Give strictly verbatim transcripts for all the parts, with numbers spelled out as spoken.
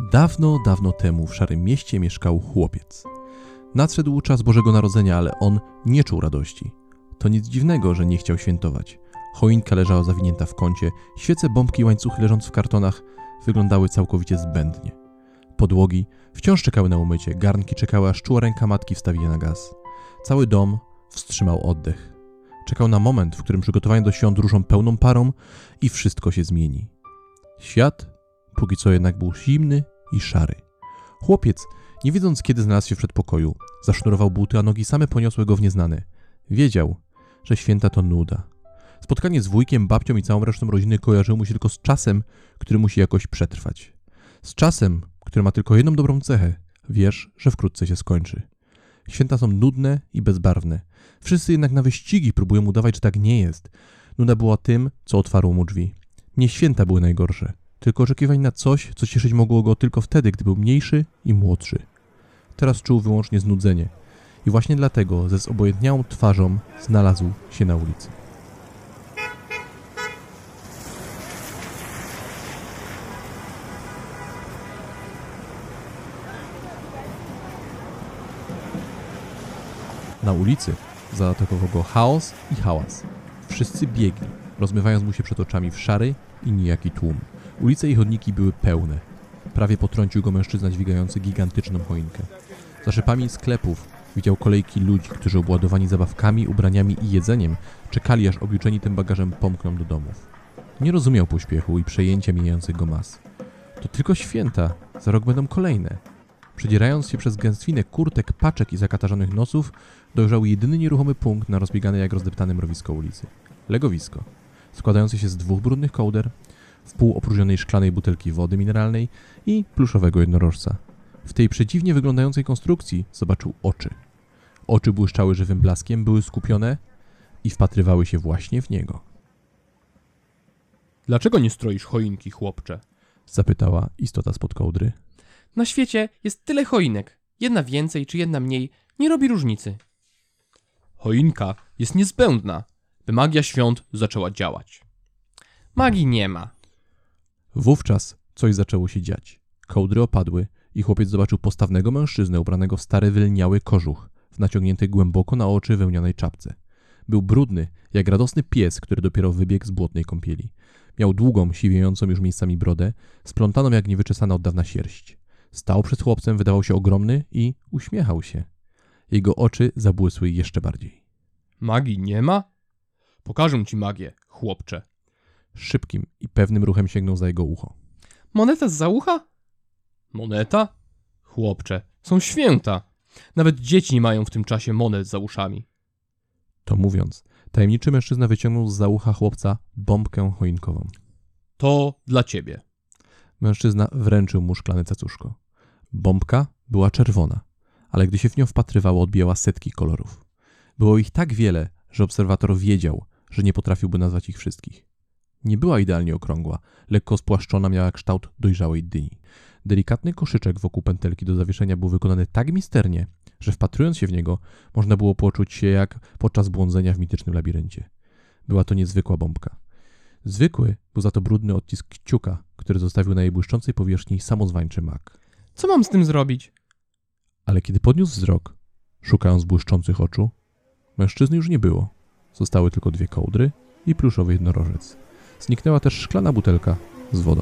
Dawno, dawno temu w Szarym Mieście mieszkał chłopiec. Nadszedł czas Bożego Narodzenia, ale on nie czuł radości. To nic dziwnego, że nie chciał świętować. Choinka leżała zawinięta w kącie, świece, bombki i łańcuchy leżąc w kartonach wyglądały całkowicie zbędnie. Podłogi wciąż czekały na umycie, garnki czekały, aż czuła ręka matki wstawi je na gaz. Cały dom wstrzymał oddech. Czekał na moment, w którym przygotowania do świąt ruszą pełną parą i wszystko się zmieni. Świat póki co jednak był zimny i szary. Chłopiec, nie wiedząc kiedy znalazł się w przedpokoju, zasznurował buty, a nogi same poniosły go w nieznane. Wiedział, że święta to nuda. Spotkanie z wujkiem, babcią i całą resztą rodziny kojarzyło mu się tylko z czasem, który musi jakoś przetrwać. Z czasem, który ma tylko jedną dobrą cechę. Wiesz, że wkrótce się skończy. Święta są nudne i bezbarwne. Wszyscy jednak na wyścigi próbują udawać, że tak nie jest. Nuda była tym, co otwarło mu drzwi. Nie święta były najgorsze, tylko oczekiwanie na coś, co cieszyć mogło go tylko wtedy, gdy był mniejszy i młodszy. Teraz czuł wyłącznie znudzenie i właśnie dlatego ze zobojętniałą twarzą znalazł się na ulicy. Na ulicy zaatakował go chaos i hałas. Wszyscy biegli, rozmywając mu się przed oczami w szary i nijaki tłum. Ulice i chodniki były pełne. Prawie potrącił go mężczyzna dźwigający gigantyczną choinkę. Za szybami sklepów widział kolejki ludzi, którzy obładowani zabawkami, ubraniami i jedzeniem czekali, aż objuczeni tym bagażem pomkną do domów. Nie rozumiał pośpiechu i przejęcia mijających go mas. To tylko święta, za rok będą kolejne. Przedzierając się przez gęstwinę kurtek, paczek i zakatarzonych nosów, dojrzał jedyny nieruchomy punkt na rozbieganej jak rozdeptane mrowisko ulicy. Legowisko, składające się z dwóch brudnych kołder, wpół opróżnionej szklanej butelki wody mineralnej i pluszowego jednorożca. W tej przedziwnie wyglądającej konstrukcji zobaczył oczy. Oczy błyszczały żywym blaskiem, były skupione i wpatrywały się właśnie w niego. Dlaczego nie stroisz choinki, chłopcze? Zapytała istota spod kołdry. Na świecie jest tyle choinek. Jedna więcej czy jedna mniej nie robi różnicy. Choinka jest niezbędna, by magia świąt zaczęła działać. Magii nie ma. Wówczas coś zaczęło się dziać. Kołdry opadły i chłopiec zobaczył postawnego mężczyznę ubranego w stary wylniały kożuch, w naciągniętej głęboko na oczy wełnianej czapce. Był brudny, jak radosny pies, który dopiero wybiegł z błotnej kąpieli. Miał długą, siwiejącą już miejscami brodę, splątaną jak niewyczesana od dawna sierść. Stał przed chłopcem, wydawał się ogromny i uśmiechał się. Jego oczy zabłysły jeszcze bardziej. Magii nie ma? Pokażę ci magię, chłopcze. Szybkim i pewnym ruchem sięgnął za jego ucho. Moneta zza ucha? Moneta? Chłopcze, są święta. Nawet dzieci nie mają w tym czasie monet za uszami. To mówiąc, tajemniczy mężczyzna wyciągnął zza ucha chłopca bombkę choinkową. To dla ciebie. Mężczyzna wręczył mu szklane cacuszko. Bombka była czerwona, ale gdy się w nią wpatrywało, odbijała setki kolorów. Było ich tak wiele, że obserwator wiedział, że nie potrafiłby nazwać ich wszystkich. Nie była idealnie okrągła, lekko spłaszczona, miała kształt dojrzałej dyni. Delikatny koszyczek wokół pętelki do zawieszenia był wykonany tak misternie, że wpatrując się w niego, można było poczuć się jak podczas błądzenia w mitycznym labiryncie. Była to niezwykła bombka. Zwykły był za to brudny odcisk kciuka, który zostawił na jej błyszczącej powierzchni samozwańczy mak. Co mam z tym zrobić? Ale kiedy podniósł wzrok, szukając błyszczących oczu, mężczyzny już nie było. Zostały tylko dwie kołdry i pluszowy jednorożec. Zniknęła też szklana butelka z wodą.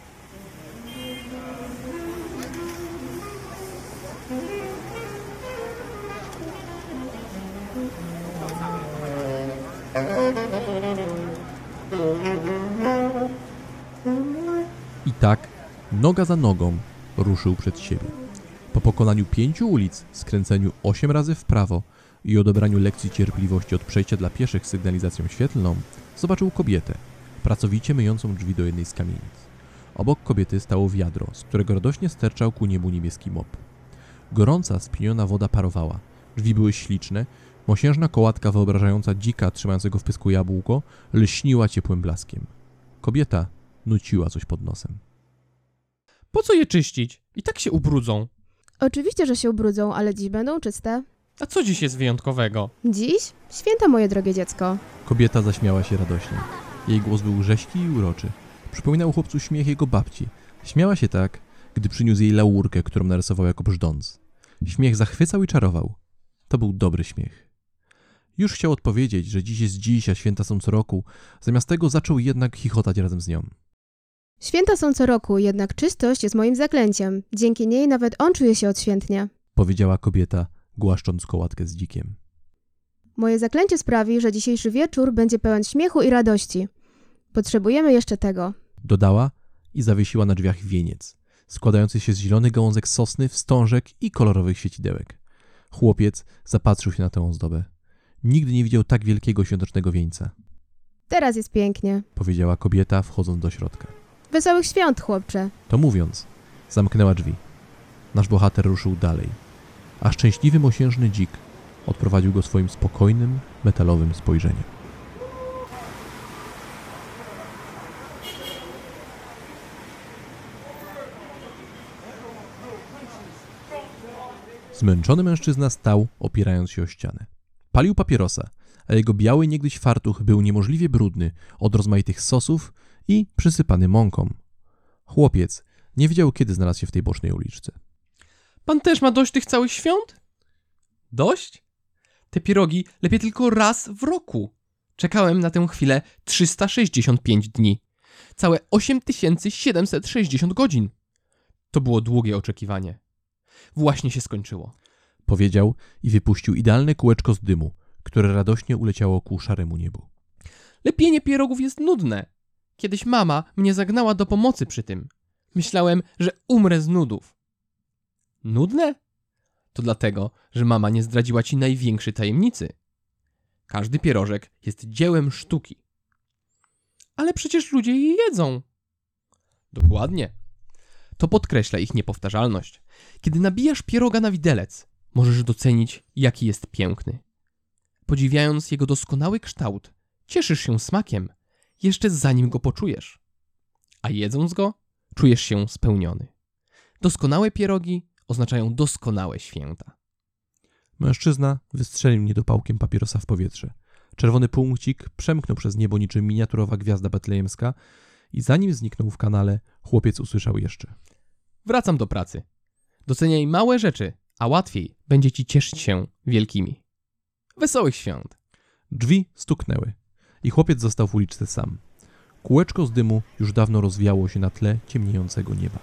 I tak, noga za nogą, ruszył przed siebie. Po pokonaniu pięciu ulic, skręceniu osiem razy w prawo i odebraniu lekcji cierpliwości od przejścia dla pieszych z sygnalizacją świetlną, zobaczył kobietę, pracowicie myjącą drzwi do jednej z kamienic. Obok kobiety stało wiadro, z którego radośnie sterczał ku niebu niebieski mop. Gorąca, spieniona woda parowała. Drzwi były śliczne, mosiężna kołatka wyobrażająca dzika trzymającego w pysku jabłko lśniła ciepłym blaskiem. Kobieta nuciła coś pod nosem. Po co je czyścić? I tak się ubrudzą. Oczywiście, że się ubrudzą, ale dziś będą czyste. A co dziś jest wyjątkowego? Dziś? Święta, moje drogie dziecko. Kobieta zaśmiała się radośnie. Jej głos był rześki i uroczy. Przypominał chłopcu śmiech jego babci. Śmiała się tak, gdy przyniósł jej laurkę, którą narysował jako brzdąc. Śmiech zachwycał i czarował. To był dobry śmiech. Już chciał odpowiedzieć, że dziś jest dziś, a święta są co roku. Zamiast tego zaczął jednak chichotać razem z nią. Święta są co roku, jednak czystość jest moim zaklęciem. Dzięki niej nawet on czuje się odświętnie. Powiedziała kobieta, głaszcząc kołatkę z dzikiem. Moje zaklęcie sprawi, że dzisiejszy wieczór będzie pełen śmiechu i radości. Potrzebujemy jeszcze tego. Dodała i zawiesiła na drzwiach wieniec, składający się z zielonych gałązek sosny, wstążek i kolorowych świecidełek. Chłopiec zapatrzył się na tę ozdobę. Nigdy nie widział tak wielkiego świątecznego wieńca. Teraz jest pięknie. Powiedziała kobieta, wchodząc do środka. Wesołych świąt, chłopcze. To mówiąc, zamknęła drzwi. Nasz bohater ruszył dalej, a szczęśliwy mosiężny dzik odprowadził go swoim spokojnym, metalowym spojrzeniem. Zmęczony mężczyzna stał, opierając się o ścianę. Palił papierosa, a jego biały niegdyś fartuch był niemożliwie brudny od rozmaitych sosów i przysypany mąką. Chłopiec nie wiedział, kiedy znalazł się w tej bocznej uliczce. Pan też ma dość tych całych świąt? Dość? Te pierogi lepiej tylko raz w roku. Czekałem na tę chwilę trzysta sześćdziesiąt pięć dni. Całe osiem tysięcy siedemset sześćdziesiąt godzin. To było długie oczekiwanie. Właśnie się skończyło. Powiedział i wypuścił idealne kółeczko z dymu, które radośnie uleciało ku szaremu niebu. Lepienie pierogów jest nudne. Kiedyś mama mnie zagnała do pomocy przy tym. Myślałem, że umrę z nudów. Nudne? To dlatego, że mama nie zdradziła ci największej tajemnicy. Każdy pierożek jest dziełem sztuki. Ale przecież ludzie je jedzą. Dokładnie. To podkreśla ich niepowtarzalność. Kiedy nabijasz pieroga na widelec, możesz docenić, jaki jest piękny. Podziwiając jego doskonały kształt, cieszysz się smakiem, jeszcze zanim go poczujesz. A jedząc go, czujesz się spełniony. Doskonałe pierogi oznaczają doskonałe święta. Mężczyzna wystrzelił niedopałkiem papierosa w powietrze. Czerwony punkcik przemknął przez niebo niczym miniaturowa gwiazda betlejemska i zanim zniknął w kanale, chłopiec usłyszał jeszcze. Wracam do pracy. Doceniaj małe rzeczy, a łatwiej będzie ci cieszyć się wielkimi. Wesołych świąt. Drzwi stuknęły i chłopiec został w uliczce sam. Kółeczko z dymu już dawno rozwijało się na tle ciemniejącego nieba.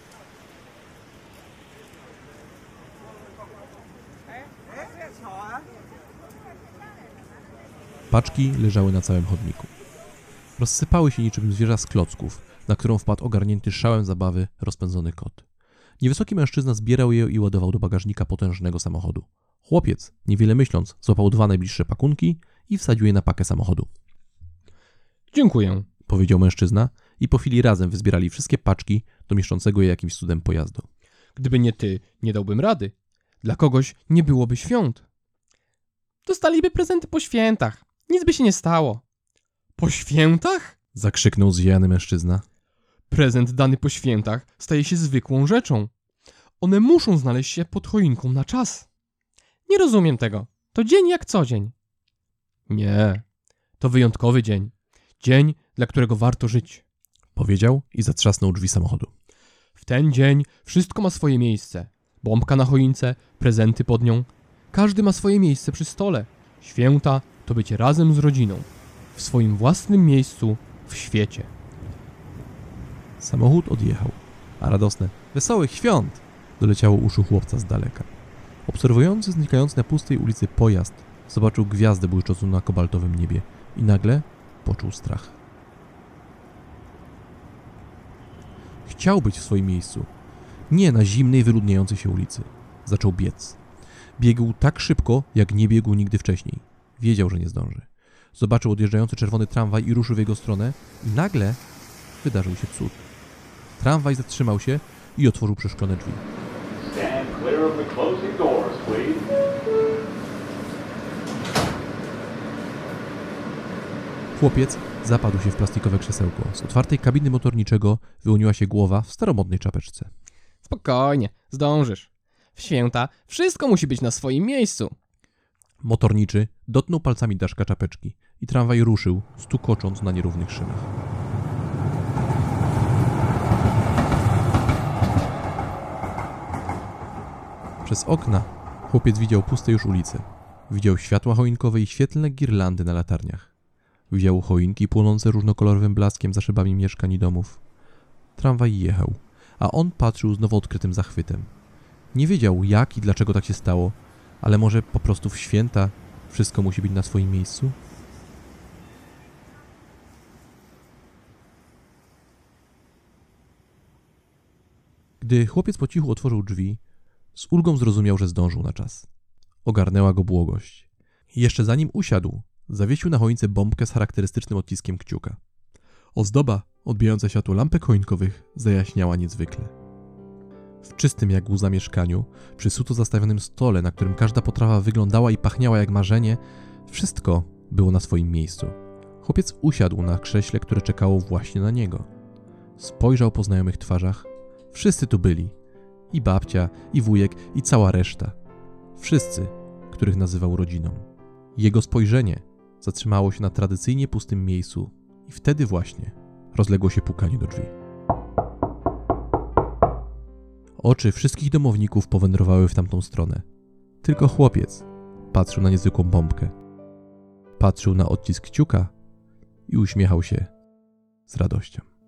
Paczki leżały na całym chodniku. Rozsypały się niczym zwierza z klocków, na którą wpadł ogarnięty szałem zabawy rozpędzony kot. Niewysoki mężczyzna zbierał je i ładował do bagażnika potężnego samochodu. Chłopiec, niewiele myśląc, złapał dwa najbliższe pakunki i wsadził je na pakę samochodu. Dziękuję, powiedział mężczyzna i po chwili razem wyzbierali wszystkie paczki do mieszczącego je jakimś cudem pojazdu. Gdyby nie ty, nie dałbym rady. Dla kogoś nie byłoby świąt. Dostaliby prezenty po świętach. Nic by się nie stało. Po świętach? Zakrzyknął zwijany mężczyzna. Prezent dany po świętach staje się zwykłą rzeczą. One muszą znaleźć się pod choinką na czas. Nie rozumiem tego. To dzień jak co dzień. Nie, to wyjątkowy dzień. Dzień, dla którego warto żyć. Powiedział i zatrzasnął drzwi samochodu. W ten dzień wszystko ma swoje miejsce. Bombka na choince, prezenty pod nią. Każdy ma swoje miejsce przy stole. Święta to bycie razem z rodziną. W swoim własnym miejscu w świecie. Samochód odjechał, a radosne wesołych świąt doleciało uszu chłopca z daleka. Obserwujący znikający na pustej ulicy pojazd zobaczył gwiazdę błyszczącą na kobaltowym niebie i nagle poczuł strach. Chciał być w swoim miejscu, nie na zimnej, wyludniającej się ulicy. Zaczął biec. Biegł tak szybko, jak nie biegł nigdy wcześniej. Wiedział, że nie zdąży. Zobaczył odjeżdżający czerwony tramwaj i ruszył w jego stronę i nagle wydarzył się cud. Tramwaj zatrzymał się i otworzył przeszklone drzwi. Stand clear of the closing doors, please. Chłopiec zapadł się w plastikowe krzesełko. Z otwartej kabiny motorniczego wyłoniła się głowa w staromodnej czapeczce. Spokojnie, zdążysz. W święta wszystko musi być na swoim miejscu. Motorniczy dotknął palcami daszka czapeczki i tramwaj ruszył, stukocząc na nierównych szynach. Przez okna chłopiec widział puste już ulice. Widział światła choinkowe i świetlne girlandy na latarniach. Widział choinki płonące różnokolorowym blaskiem za szybami mieszkań i domów. Tramwaj jechał, a on patrzył z nowo odkrytym zachwytem. Nie wiedział, jak i dlaczego tak się stało, ale może po prostu w święta wszystko musi być na swoim miejscu? Gdy chłopiec po cichu otworzył drzwi, z ulgą zrozumiał, że zdążył na czas. Ogarnęła go błogość. Jeszcze zanim usiadł, zawiesił na choince bombkę z charakterystycznym odciskiem kciuka. Ozdoba, odbijająca światło lampek choinkowych, zajaśniała niezwykle. W czystym jak łza mieszkaniu, przy suto zastawionym stole, na którym każda potrawa wyglądała i pachniała jak marzenie, wszystko było na swoim miejscu. Chłopiec usiadł na krześle, które czekało właśnie na niego. Spojrzał po znajomych twarzach. Wszyscy tu byli. I babcia, i wujek, i cała reszta. Wszyscy, których nazywał rodziną. Jego spojrzenie zatrzymało się na tradycyjnie pustym miejscu i wtedy właśnie rozległo się pukanie do drzwi. Oczy wszystkich domowników powędrowały w tamtą stronę. Tylko chłopiec patrzył na niezwykłą bombkę. Patrzył na odcisk kciuka i uśmiechał się z radością.